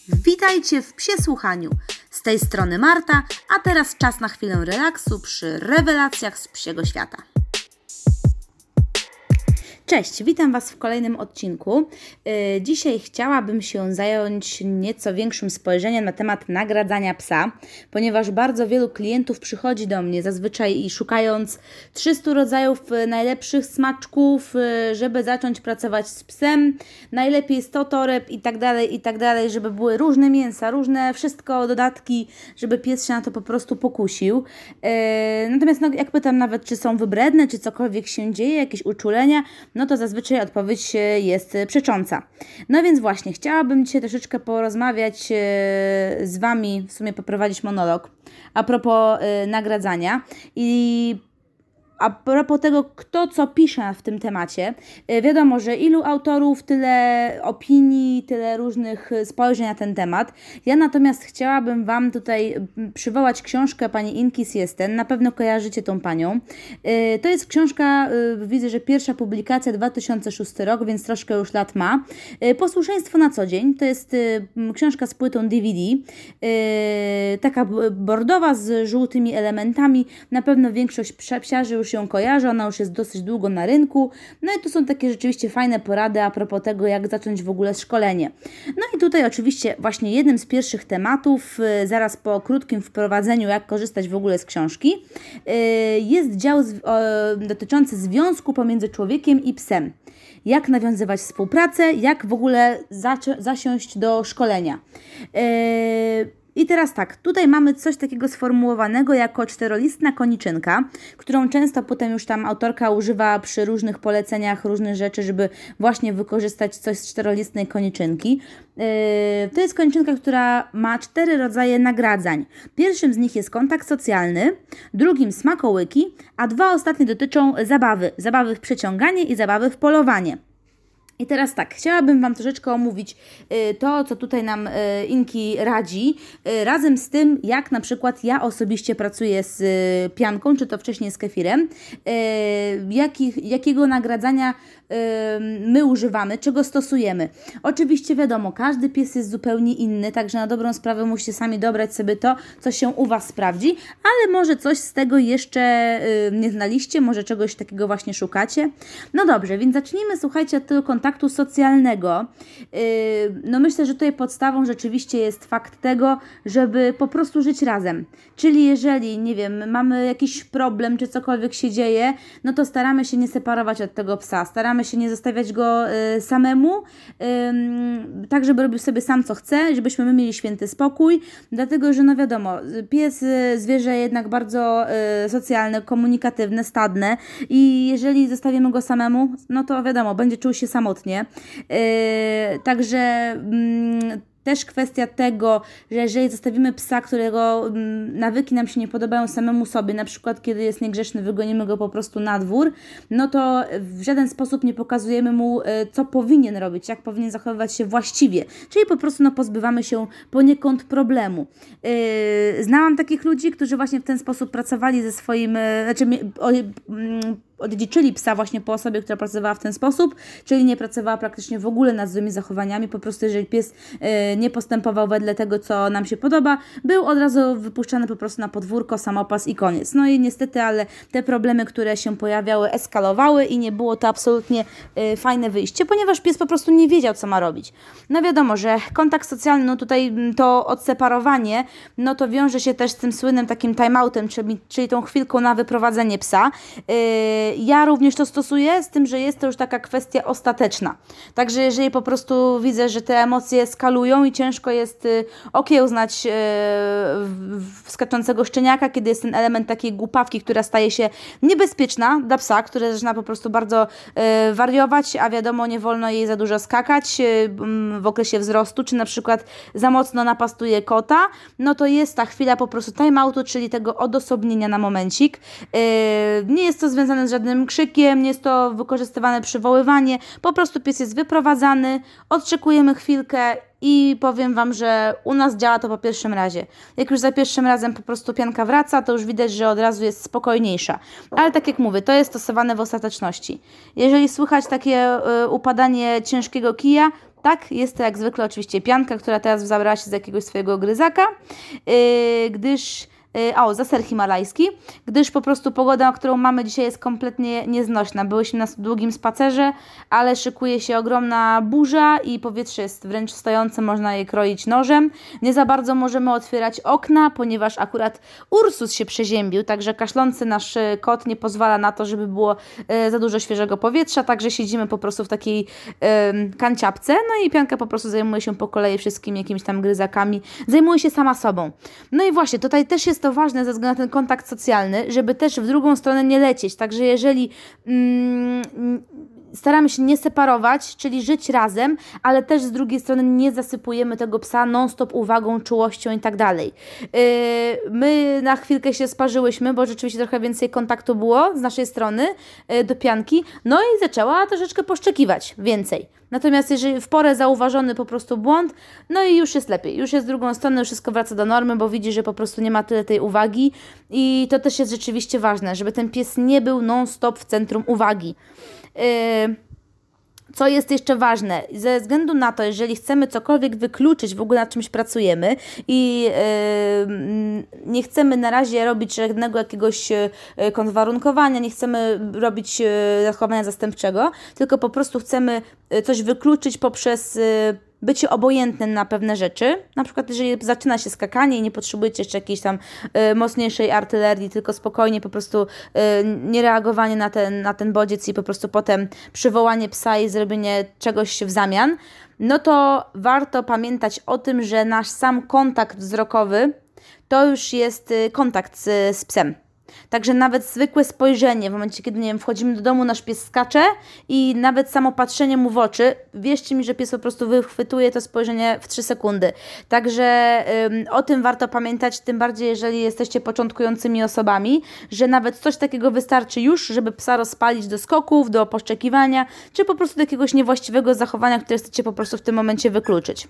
Witajcie w Psie Słuchaniu. Z tej strony Marta, a teraz czas na chwilę relaksu przy rewelacjach z psiego świata. Cześć, witam Was w kolejnym odcinku. Dzisiaj chciałabym się zająć nieco większym spojrzeniem na temat nagradzania psa, ponieważ bardzo wielu klientów przychodzi do mnie zazwyczaj i szukając 300 rodzajów najlepszych smaczków, żeby zacząć pracować z psem, najlepiej 100 toreb i tak dalej, żeby były różne mięsa, różne wszystko, dodatki, żeby pies się na to po prostu pokusił. Natomiast jak pytam nawet, czy są wybredne, czy cokolwiek się dzieje, jakieś uczulenia, no to zazwyczaj odpowiedź jest przecząca. No więc właśnie, chciałabym dzisiaj troszeczkę porozmawiać z Wami, w sumie poprowadzić monolog a propos nagradzania i a propos tego, kto co pisze w tym temacie. Wiadomo, że ilu autorów, tyle opinii, tyle różnych spojrzeń na ten temat. Ja natomiast chciałabym Wam tutaj przywołać książkę pani Inki Siesten. Na pewno kojarzycie tą panią. To jest książka, widzę, że pierwsza publikacja 2006 rok, więc troszkę już lat ma. Posłuszeństwo na co dzień. To jest książka z płytą DVD. Taka bordowa z żółtymi elementami. Na pewno większość psiarzy już ją kojarzy, ona już jest dosyć długo na rynku. No i tu są takie rzeczywiście fajne porady a propos tego, jak zacząć w ogóle szkolenie. No i tutaj oczywiście właśnie jednym z pierwszych tematów, zaraz po krótkim wprowadzeniu, jak korzystać w ogóle z książki, jest dział dotyczący związku pomiędzy człowiekiem i psem. Jak nawiązywać współpracę, jak w ogóle zasiąść do szkolenia. I teraz tak, tutaj mamy coś takiego sformułowanego jako czterolistna koniczynka, którą często potem już tam autorka używa przy różnych poleceniach, różnych rzeczy, żeby właśnie wykorzystać coś z czterolistnej koniczynki. To jest koniczynka, która ma 4 rodzaje nagradzań. Pierwszym z nich jest kontakt socjalny, drugim smakołyki, a 2 ostatnie dotyczą zabawy. Zabawy w przeciąganie i zabawy w polowanie. I teraz tak, chciałabym Wam troszeczkę omówić to, co tutaj nam Inki radzi, razem z tym, jak na przykład ja osobiście pracuję z pianką, czy to wcześniej z kefirem, jakiego nagradzania my używamy, czego stosujemy. Oczywiście wiadomo, każdy pies jest zupełnie inny, także na dobrą sprawę musicie sami dobrać sobie to, co się u Was sprawdzi, ale może coś z tego jeszcze nie znaliście, może czegoś takiego właśnie szukacie. No dobrze, więc zacznijmy, słuchajcie, od tego kontaktu socjalnego. No myślę, że tutaj podstawą rzeczywiście jest fakt tego, żeby po prostu żyć razem. Czyli jeżeli, nie wiem, mamy jakiś problem, czy cokolwiek się dzieje, no to staramy się nie separować od tego psa, staramy się nie zostawiać go samemu, tak żeby robił sobie sam co chce, żebyśmy my mieli święty spokój, dlatego, że no wiadomo, pies, zwierzę jednak bardzo socjalne, komunikatywne, stadne i jeżeli zostawimy go samemu, no to wiadomo, będzie czuł się samotnie. Także też kwestia tego, że jeżeli zostawimy psa, którego nawyki nam się nie podobają samemu sobie, na przykład kiedy jest niegrzeczny, wygonimy go po prostu na dwór, no to w żaden sposób nie pokazujemy mu, co powinien robić, jak powinien zachowywać się właściwie. Czyli po prostu pozbywamy się poniekąd problemu. Znałam takich ludzi, którzy właśnie w ten sposób pracowali ze swoim, odziedziczyli psa właśnie po osobie, która pracowała w ten sposób, czyli nie pracowała praktycznie w ogóle nad złymi zachowaniami, po prostu jeżeli pies nie postępował wedle tego, co nam się podoba, był od razu wypuszczany po prostu na podwórko, samopas i koniec. No i niestety, ale te problemy, które się pojawiały, eskalowały i nie było to absolutnie fajne wyjście, ponieważ pies po prostu nie wiedział, co ma robić. No wiadomo, że kontakt socjalny, no tutaj to odseparowanie, no to wiąże się też z tym słynnym takim timeoutem, czyli tą chwilką na wyprowadzenie psa. Ja również to stosuję, z tym, że jest to już taka kwestia ostateczna. Także jeżeli po prostu widzę, że te emocje eskalują i ciężko jest okiełznać skaczącego szczeniaka, kiedy jest ten element takiej głupawki, która staje się niebezpieczna dla psa, który zaczyna po prostu bardzo wariować, a wiadomo, nie wolno jej za dużo skakać w okresie wzrostu, czy na przykład za mocno napastuje kota, no to jest ta chwila po prostu timeoutu, czyli tego odosobnienia na momencik. Nie jest to związane z żadnym krzykiem, nie jest to wykorzystywane przywoływanie, po prostu pies jest wyprowadzany, odczekujemy chwilkę i powiem Wam, że u nas działa to po pierwszym razie. Jak już za pierwszym razem po prostu pianka wraca, to już widać, że od razu jest spokojniejsza. Ale tak jak mówię, to jest stosowane w ostateczności. Jeżeli słychać takie upadanie ciężkiego kija, Tak, jest to jak zwykle oczywiście pianka, która teraz zabrała się z jakiegoś swojego gryzaka, gdyż za ser himalajski, gdyż po prostu pogoda, którą mamy dzisiaj, jest kompletnie nieznośna. Byłyśmy na długim spacerze, ale szykuje się ogromna burza i powietrze jest wręcz stojące, można je kroić nożem. Nie za bardzo możemy otwierać okna, ponieważ akurat Ursus się przeziębił, także kaszlący nasz kot nie pozwala na to, żeby było za dużo świeżego powietrza, także siedzimy po prostu w takiej kanciapce, no i pianka po prostu zajmuje się po kolei wszystkimi jakimiś tam gryzakami, zajmuje się sama sobą. No i właśnie, tutaj też jest to ważne ze względu na ten kontakt socjalny, żeby też w drugą stronę nie lecieć. Także jeżeli staramy się nie separować, czyli żyć razem, ale też z drugiej strony nie zasypujemy tego psa non-stop uwagą, czułością i tak dalej. My na chwilkę się sparzyłyśmy, bo rzeczywiście trochę więcej kontaktu było z naszej strony do pianki, no i zaczęła troszeczkę poszczekiwać więcej. Natomiast jeżeli w porę zauważony po prostu błąd, no i już jest lepiej, już jest z drugą stronę, już wszystko wraca do normy, bo widzi, że po prostu nie ma tyle tej uwagi i to też jest rzeczywiście ważne, żeby ten pies nie był non-stop w centrum uwagi. Co jest jeszcze ważne, ze względu na to, jeżeli chcemy cokolwiek wykluczyć, w ogóle nad czymś pracujemy i nie chcemy na razie robić żadnego jakiegoś konwarunkowania, nie chcemy robić zachowania zastępczego, tylko po prostu chcemy coś wykluczyć poprzez bycie obojętnym na pewne rzeczy. Na przykład jeżeli zaczyna się skakanie i nie potrzebujecie jeszcze jakiejś tam mocniejszej artylerii, tylko spokojnie po prostu nie reagowanie na ten bodziec i po prostu potem przywołanie psa i zrobienie czegoś w zamian, no to warto pamiętać o tym, że nasz sam kontakt wzrokowy to już jest kontakt z psem. Także nawet zwykłe spojrzenie, w momencie kiedy, nie wiem, wchodzimy do domu, nasz pies skacze i nawet samo patrzenie mu w oczy, wierzcie mi, że pies po prostu wychwytuje to spojrzenie w 3 sekundy. Także o tym warto pamiętać, tym bardziej jeżeli jesteście początkującymi osobami, że nawet coś takiego wystarczy już, żeby psa rozpalić do skoków, do poszczekiwania, czy po prostu do jakiegoś niewłaściwego zachowania, które chcecie po prostu w tym momencie wykluczyć.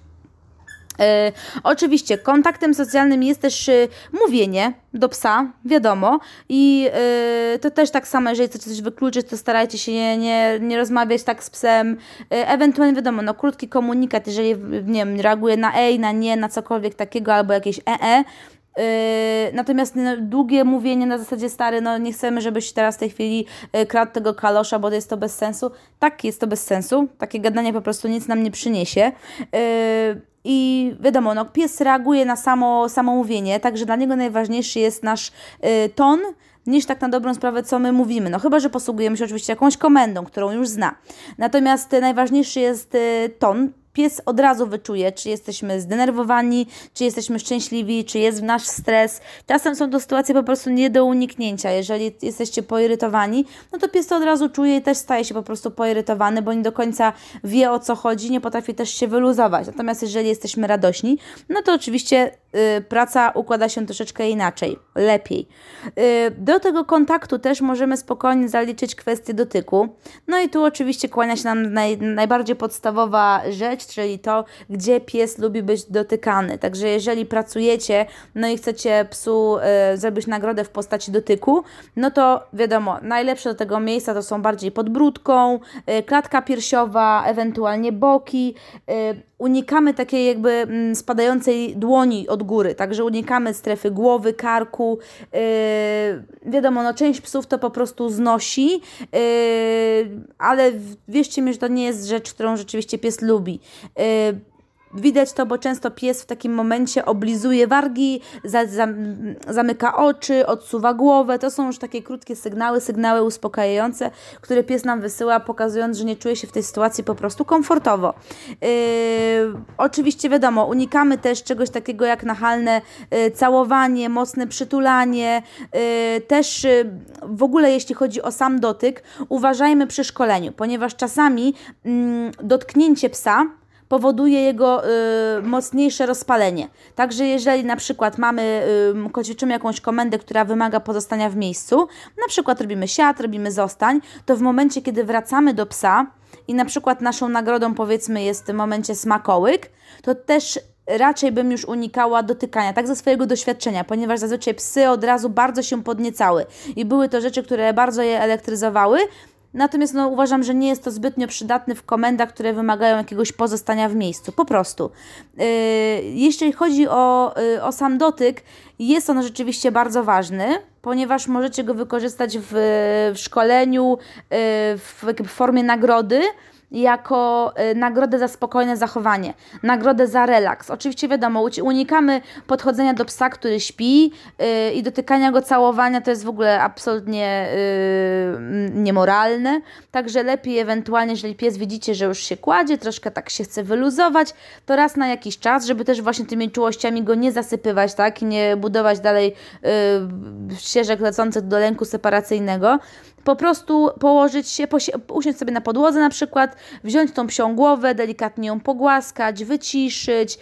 Oczywiście kontaktem socjalnym jest też mówienie do psa, wiadomo, i to też tak samo, jeżeli chcecie coś wykluczyć, to starajcie się nie rozmawiać tak z psem, ewentualnie wiadomo, no krótki komunikat, jeżeli nie wiem, reaguje na ej, na nie, na cokolwiek takiego, albo jakieś natomiast długie mówienie na zasadzie stary, no nie chcemy, żebyś teraz w tej chwili kradł tego kalosza, bo jest to bez sensu. Tak, jest to bez sensu, takie gadanie po prostu nic nam nie przyniesie. I wiadomo, no, pies reaguje na samo mówienie, także dla niego najważniejszy jest nasz ton, niż tak na dobrą sprawę, co my mówimy. No chyba, że posługujemy się oczywiście jakąś komendą, którą już zna. Natomiast najważniejszy jest ton. Pies od razu wyczuje, czy jesteśmy zdenerwowani, czy jesteśmy szczęśliwi, czy jest nasz stres. Czasem są to sytuacje po prostu nie do uniknięcia. Jeżeli jesteście poirytowani, no to pies to od razu czuje i też staje się po prostu poirytowany, bo nie do końca wie, o co chodzi, nie potrafi też się wyluzować. Natomiast jeżeli jesteśmy radośni, no to oczywiście praca układa się troszeczkę inaczej, lepiej. Do tego kontaktu też możemy spokojnie zaliczyć kwestię dotyku. No i tu oczywiście kłania się nam najbardziej podstawowa rzecz, czyli to, gdzie pies lubi być dotykany. Także jeżeli pracujecie, no i chcecie psu zrobić nagrodę w postaci dotyku, no to wiadomo, najlepsze do tego miejsca to są bardziej pod bródką, klatka piersiowa, ewentualnie boki. Unikamy takiej jakby spadającej dłoni od góry, także unikamy strefy głowy, karku. Wiadomo, no część psów to po prostu znosi, ale wierzcie mi, że to nie jest rzecz, którą rzeczywiście pies lubi. Widać to, bo często pies w takim momencie oblizuje wargi, zamyka oczy, odsuwa głowę. To są już takie krótkie sygnały uspokajające, które pies nam wysyła, pokazując, że nie czuje się w tej sytuacji po prostu komfortowo. Oczywiście wiadomo, unikamy też czegoś takiego jak nachalne całowanie, mocne przytulanie. Też w ogóle jeśli chodzi o sam dotyk, uważajmy przy szkoleniu, ponieważ czasami dotknięcie psa powoduje jego mocniejsze rozpalenie. Także jeżeli na przykład ćwiczymy jakąś komendę, która wymaga pozostania w miejscu, na przykład robimy siad, robimy zostań, to w momencie, kiedy wracamy do psa i na przykład naszą nagrodą powiedzmy jest w tym momencie smakołyk, to też raczej bym już unikała dotykania, tak ze swojego doświadczenia, ponieważ zazwyczaj psy od razu bardzo się podniecały i były to rzeczy, które bardzo je elektryzowały. natomiast uważam, że nie jest to zbytnio przydatne w komendach, które wymagają jakiegoś pozostania w miejscu, po prostu. Jeśli chodzi o sam dotyk, jest on rzeczywiście bardzo ważny, ponieważ możecie go wykorzystać w szkoleniu, w formie nagrody, jako nagrodę za spokojne zachowanie, nagrodę za relaks. Oczywiście wiadomo, unikamy podchodzenia do psa, który śpi i dotykania go, całowania, to jest w ogóle absolutnie niemoralne, także lepiej ewentualnie, jeżeli pies widzicie, że już się kładzie, troszkę tak się chce wyluzować, to raz na jakiś czas, żeby też właśnie tymi czułościami go nie zasypywać, tak, i nie budować dalej ścieżek lecących do lęku separacyjnego. Po prostu położyć się, usiąść sobie na podłodze na przykład, wziąć tą psią głowę, delikatnie ją pogłaskać, wyciszyć,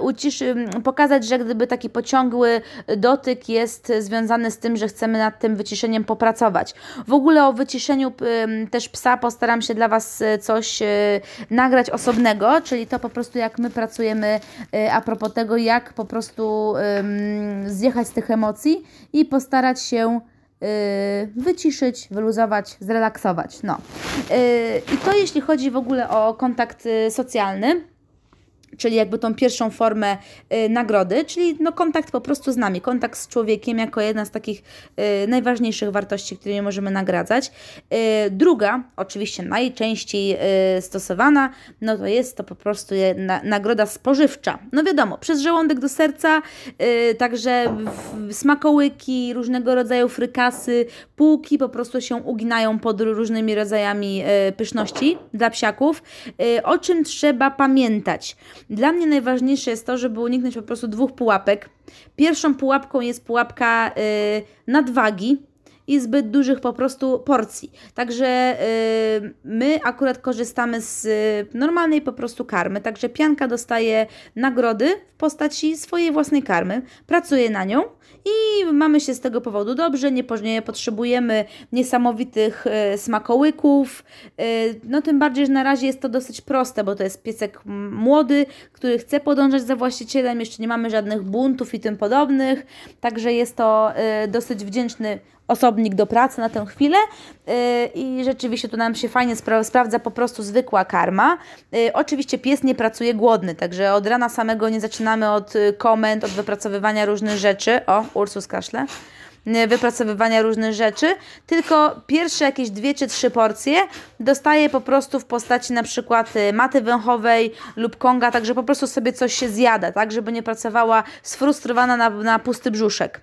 pokazać, że gdyby taki pociągły dotyk jest związany z tym, że chcemy nad tym wyciszeniem popracować. W ogóle o wyciszeniu też psa postaram się dla Was coś nagrać osobnego, czyli to po prostu jak my pracujemy a propos tego, jak po prostu zjechać z tych emocji i postarać się wyciszyć, wyluzować, zrelaksować. I to jeśli chodzi w ogóle o kontakt socjalny, czyli jakby tą pierwszą formę nagrody, czyli kontakt po prostu z nami, kontakt z człowiekiem jako jedna z takich najważniejszych wartości, które możemy nagradzać. Druga, oczywiście najczęściej stosowana, to jest to po prostu nagroda spożywcza. Wiadomo, przez żołądek do serca, także smakołyki, różnego rodzaju frykasy, półki po prostu się uginają pod różnymi rodzajami pyszności dla psiaków. O czym trzeba pamiętać? Dla mnie najważniejsze jest to, żeby uniknąć po prostu dwóch pułapek. Pierwszą pułapką jest pułapka nadwagi i zbyt dużych po prostu porcji. Także my akurat korzystamy z normalnej po prostu karmy, także pianka dostaje nagrody w postaci swojej własnej karmy, pracuje na nią i mamy się z tego powodu dobrze, nie potrzebujemy niesamowitych smakołyków, tym bardziej, że na razie jest to dosyć proste, bo to jest piesek młody, który chce podążać za właścicielem, jeszcze nie mamy żadnych buntów i tym podobnych, także jest to dosyć wdzięczny osobnik do pracy na tę chwilę i rzeczywiście tu nam się fajnie sprawdza po prostu zwykła karma. Oczywiście pies nie pracuje głodny, także od rana samego nie zaczynamy od komend, od wypracowywania różnych rzeczy. O, Ursus kaszle. Wypracowywania różnych rzeczy, tylko pierwsze jakieś 2 czy 3 porcje dostaje po prostu w postaci na przykład maty węchowej lub konga, także po prostu sobie coś się zjada, tak, żeby nie pracowała sfrustrowana na pusty brzuszek.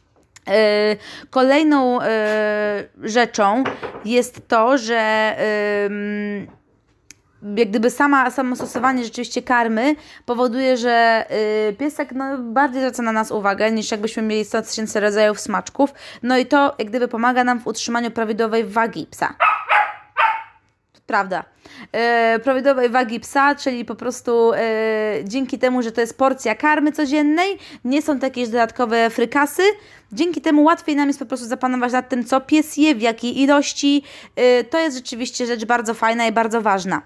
Kolejną rzeczą jest to, że jak gdyby samo stosowanie rzeczywiście karmy powoduje, że piesek bardziej zwraca na nas uwagę, niż jakbyśmy mieli 100 000 rodzajów smaczków. I to jak gdyby pomaga nam w utrzymaniu prawidłowej wagi psa. Prawda. Prawidłowej wagi psa, czyli po prostu dzięki temu, że to jest porcja karmy codziennej, nie są to jakieś dodatkowe frykasy, dzięki temu łatwiej nam jest po prostu zapanować nad tym, co pies je, w jakiej ilości. To jest rzeczywiście rzecz bardzo fajna i bardzo ważna.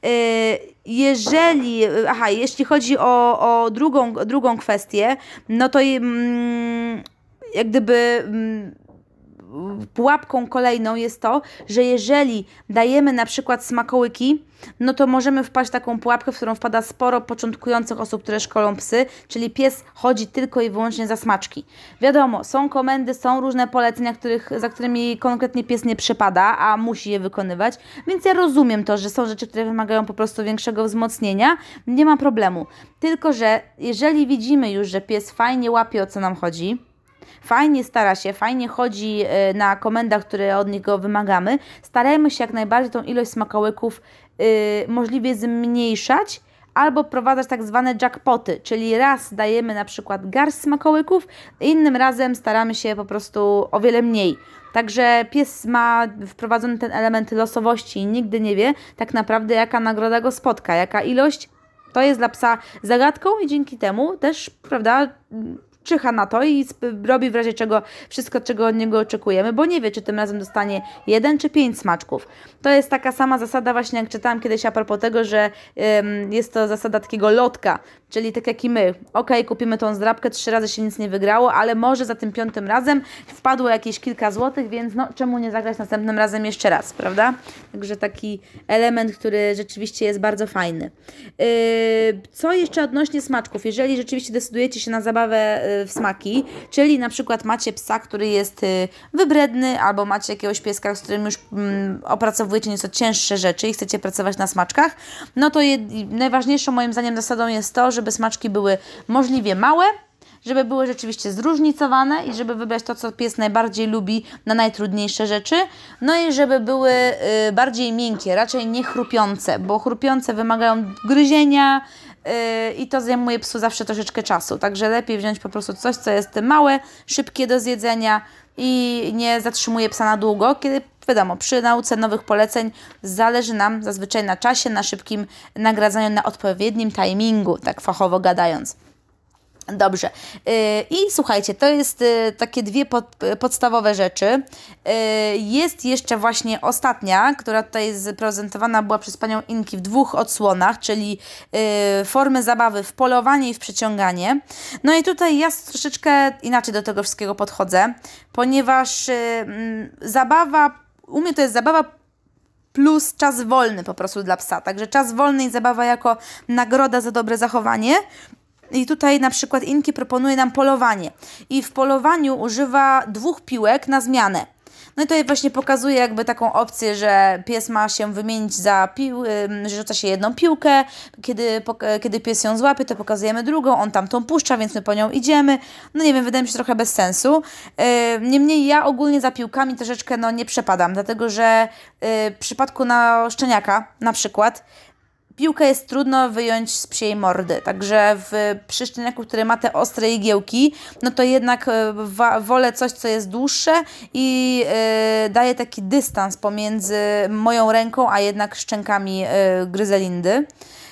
Jeśli chodzi o drugą kwestię, to jak gdyby pułapką kolejną jest to, że jeżeli dajemy na przykład smakołyki, to możemy wpaść w taką pułapkę, w którą wpada sporo początkujących osób, które szkolą psy, czyli pies chodzi tylko i wyłącznie za smaczki. Wiadomo, są komendy, są różne polecenia, za którymi konkretnie pies nie przepada, a musi je wykonywać, więc ja rozumiem to, że są rzeczy, które wymagają po prostu większego wzmocnienia, nie ma problemu. Tylko że jeżeli widzimy już, że pies fajnie łapie, o co nam chodzi, fajnie stara się, fajnie chodzi na komendach, które od niego wymagamy, starajmy się jak najbardziej tą ilość smakołyków możliwie zmniejszać albo wprowadzać tak zwane jackpoty, czyli raz dajemy na przykład garść smakołyków, innym razem staramy się po prostu o wiele mniej. Także pies ma wprowadzony ten element losowości i nigdy nie wie tak naprawdę, jaka nagroda go spotka, jaka ilość. To jest dla psa zagadką i dzięki temu też, prawda, czyha na to i robi w razie czego wszystko, czego od niego oczekujemy, bo nie wie, czy tym razem dostanie 1 czy 5 smaczków. To jest taka sama zasada właśnie, jak czytałam kiedyś a propos tego, że jest to zasada takiego lotka, czyli tak jak i my. Kupimy tą zdrabkę, 3 razy się nic nie wygrało, ale może za tym 5. razem wpadło jakieś kilka złotych, więc czemu nie zagrać następnym razem jeszcze raz, prawda? Także taki element, który rzeczywiście jest bardzo fajny. Co jeszcze odnośnie smaczków? Jeżeli rzeczywiście decydujecie się na zabawę w smaki, czyli na przykład macie psa, który jest wybredny, albo macie jakiegoś pieska, z którym już opracowujecie nieco cięższe rzeczy i chcecie pracować na smaczkach, no to najważniejszą moim zdaniem zasadą jest to, żeby smaczki były możliwie małe, żeby były rzeczywiście zróżnicowane i żeby wybrać to, co pies najbardziej lubi na najtrudniejsze rzeczy. No i żeby były bardziej miękkie, raczej nie chrupiące, bo chrupiące wymagają gryzienia i to zajmuje psu zawsze troszeczkę czasu. Także lepiej wziąć po prostu coś, co jest małe, szybkie do zjedzenia i nie zatrzymuje psa na długo, kiedy wiadomo, przy nauce nowych poleceń zależy nam zazwyczaj na czasie, na szybkim nagradzaniu, na odpowiednim timingu, tak fachowo gadając. Dobrze. I słuchajcie, to jest takie 2 podstawowe rzeczy. Jest jeszcze właśnie ostatnia, która tutaj zaprezentowana była przez panią Inki w 2 odsłonach, czyli formy zabawy w polowanie i w przeciąganie. No i tutaj ja troszeczkę inaczej do tego wszystkiego podchodzę, ponieważ u mnie to jest zabawa plus czas wolny po prostu dla psa. Także czas wolny i zabawa jako nagroda za dobre zachowanie. I tutaj na przykład Inki proponuje nam polowanie. I w polowaniu używa 2 piłek na zmianę. No i tutaj właśnie pokazuje jakby taką opcję, że pies ma się wymienić za że rzuca się 1 piłkę, kiedy pies ją złapie, to pokazujemy drugą, on tam tą puszcza, więc my po nią idziemy. No nie wiem, wydaje mi się trochę bez sensu. Niemniej ja ogólnie za piłkami troszeczkę nie przepadam, dlatego że w przypadku szczeniaka na przykład piłkę jest trudno wyjąć z psiej mordy, także przy szczeniaku, który ma te ostre igiełki, no to jednak wolę coś, co jest dłuższe i daje taki dystans pomiędzy moją ręką, a jednak szczękami gryzelindy.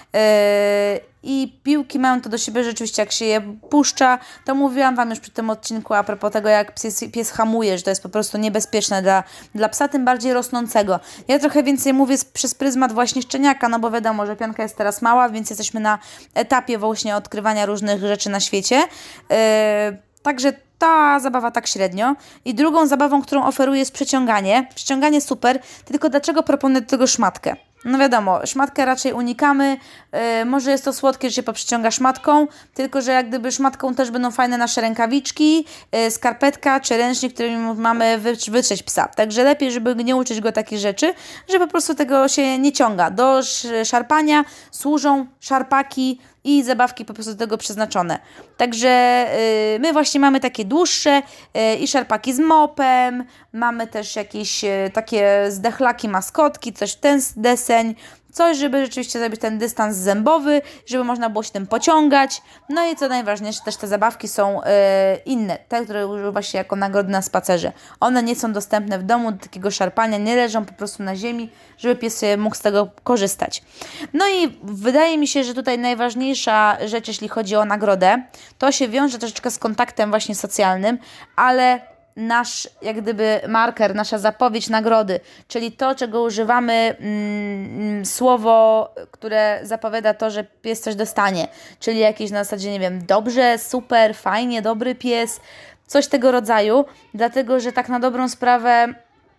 I piłki mają to do siebie, że rzeczywiście jak się je puszcza, to mówiłam Wam już przy tym odcinku a propos tego, jak pies hamuje, że to jest po prostu niebezpieczne dla psa, tym bardziej rosnącego. Ja trochę więcej mówię przez pryzmat właśnie szczeniaka, no bo wiadomo, że pianka jest teraz mała, więc jesteśmy na etapie właśnie odkrywania różnych rzeczy na świecie. Także ta zabawa tak średnio. I drugą zabawą, którą oferuję, jest przeciąganie. Przeciąganie super, tylko dlaczego proponuję do tego szmatkę? No wiadomo, szmatkę raczej unikamy, może jest to słodkie, że się poprzeciąga szmatką, tylko że jak gdyby szmatką też będą fajne nasze rękawiczki, skarpetka czy ręcznik, którym mamy wytrzeć psa. Także lepiej, żeby nie uczyć go takich rzeczy, że po prostu tego się nie ciąga. Do szarpania służą szarpaki i zabawki po prostu do tego przeznaczone. Także my właśnie mamy takie dłuższe i szarpaki z mopem, mamy też jakieś takie zdechlaki, maskotki, coś w ten deseń, coś, żeby rzeczywiście zrobić ten dystans zębowy, żeby można było się tym pociągać. No i co najważniejsze, też te zabawki są inne, te, które używa się jako nagrody na spacerze. One nie są dostępne w domu do takiego szarpania, nie leżą po prostu na ziemi, żeby pies mógł z tego korzystać. No i wydaje mi się, że tutaj najważniejsza rzecz, jeśli chodzi o nagrodę, to się wiąże troszeczkę z kontaktem właśnie socjalnym, ale nasz, jak gdyby marker, nasza zapowiedź nagrody, czyli to, czego używamy, słowo, które zapowiada to, że pies coś dostanie, czyli jakieś na zasadzie, nie wiem, dobrze, super, fajnie, dobry pies, coś tego rodzaju, dlatego, że tak na dobrą sprawę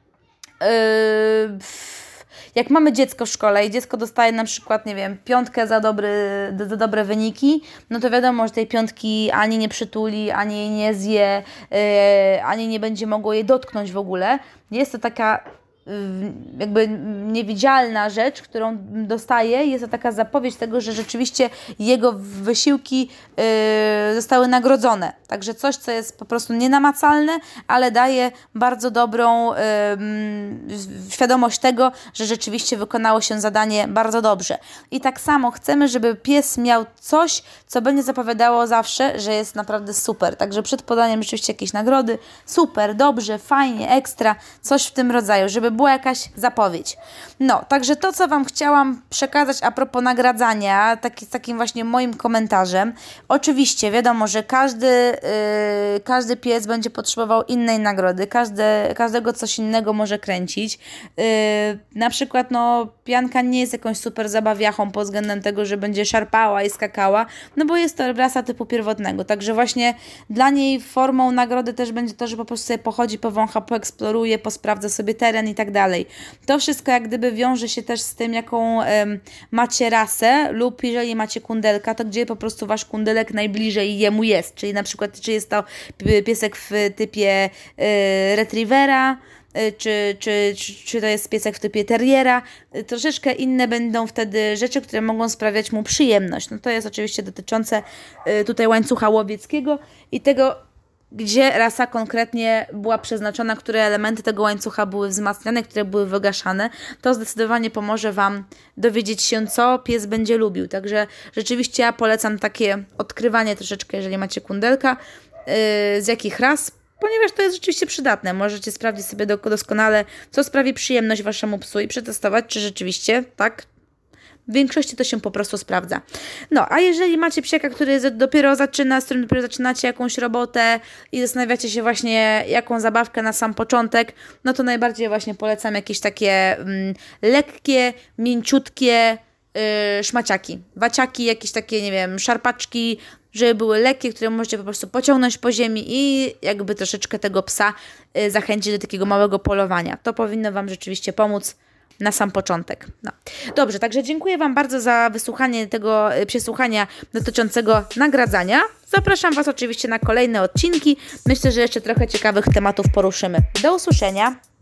jak mamy dziecko w szkole i dziecko dostaje na przykład, nie wiem, 5 za dobre wyniki, no to wiadomo, że tej 5 ani nie przytuli, ani jej nie zje, ani nie będzie mogło jej dotknąć w ogóle. Jest to taka jakby niewidzialna rzecz, którą dostaje. Jest to taka zapowiedź tego, że rzeczywiście jego wysiłki zostały nagrodzone. Także coś, co jest po prostu nienamacalne, ale daje bardzo dobrą świadomość tego, że rzeczywiście wykonało się zadanie bardzo dobrze. I tak samo chcemy, żeby pies miał coś, co będzie zapowiadało zawsze, że jest naprawdę super. Także przed podaniem rzeczywiście jakiejś nagrody, super, dobrze, fajnie, ekstra, coś w tym rodzaju, żeby była jakaś zapowiedź. No, także to, co Wam chciałam przekazać a propos nagradzania, z takim właśnie moim komentarzem. Oczywiście wiadomo, że każdy pies będzie potrzebował innej nagrody, każdego coś innego może kręcić. Na przykład pianka nie jest jakąś super zabawiachą pod względem tego, że będzie szarpała i skakała, no bo jest to rasa typu pierwotnego, także właśnie dla niej formą nagrody też będzie to, że po prostu sobie pochodzi, powącha, poeksploruje, posprawdza sobie teren i tak dalej. To wszystko jak gdyby wiąże się też z tym, jaką macie rasę lub jeżeli macie kundelka, to gdzie po prostu Wasz kundelek najbliżej jemu jest, czyli na przykład czy jest to piesek w typie retrievera, czy to jest piesek w typie terriera, troszeczkę inne będą wtedy rzeczy, które mogą sprawiać mu przyjemność. No to jest oczywiście dotyczące tutaj łańcucha łowieckiego i tego, gdzie rasa konkretnie była przeznaczona, które elementy tego łańcucha były wzmacniane, które były wygaszane. To zdecydowanie pomoże Wam dowiedzieć się, co pies będzie lubił. Także rzeczywiście ja polecam takie odkrywanie troszeczkę, jeżeli macie kundelka, z jakich ras, ponieważ to jest rzeczywiście przydatne. Możecie sprawdzić sobie doskonale, co sprawi przyjemność Waszemu psu i przetestować, czy rzeczywiście tak. W większości to się po prostu sprawdza. No, a jeżeli macie psiaka, który dopiero zaczyna, z którym dopiero zaczynacie jakąś robotę i zastanawiacie się właśnie, jaką zabawkę na sam początek, no to najbardziej właśnie polecam jakieś takie lekkie, mięciutkie szmaciaki. Waciaki, jakieś takie, nie wiem, szarpaczki, żeby były lekkie, które możecie po prostu pociągnąć po ziemi i jakby troszeczkę tego psa zachęcić do takiego małego polowania. To powinno Wam rzeczywiście pomóc na sam początek. No. Dobrze, także dziękuję Wam bardzo za wysłuchanie tego przesłuchania dotyczącego nagradzania. Zapraszam Was oczywiście na kolejne odcinki. Myślę, że jeszcze trochę ciekawych tematów poruszymy. Do usłyszenia.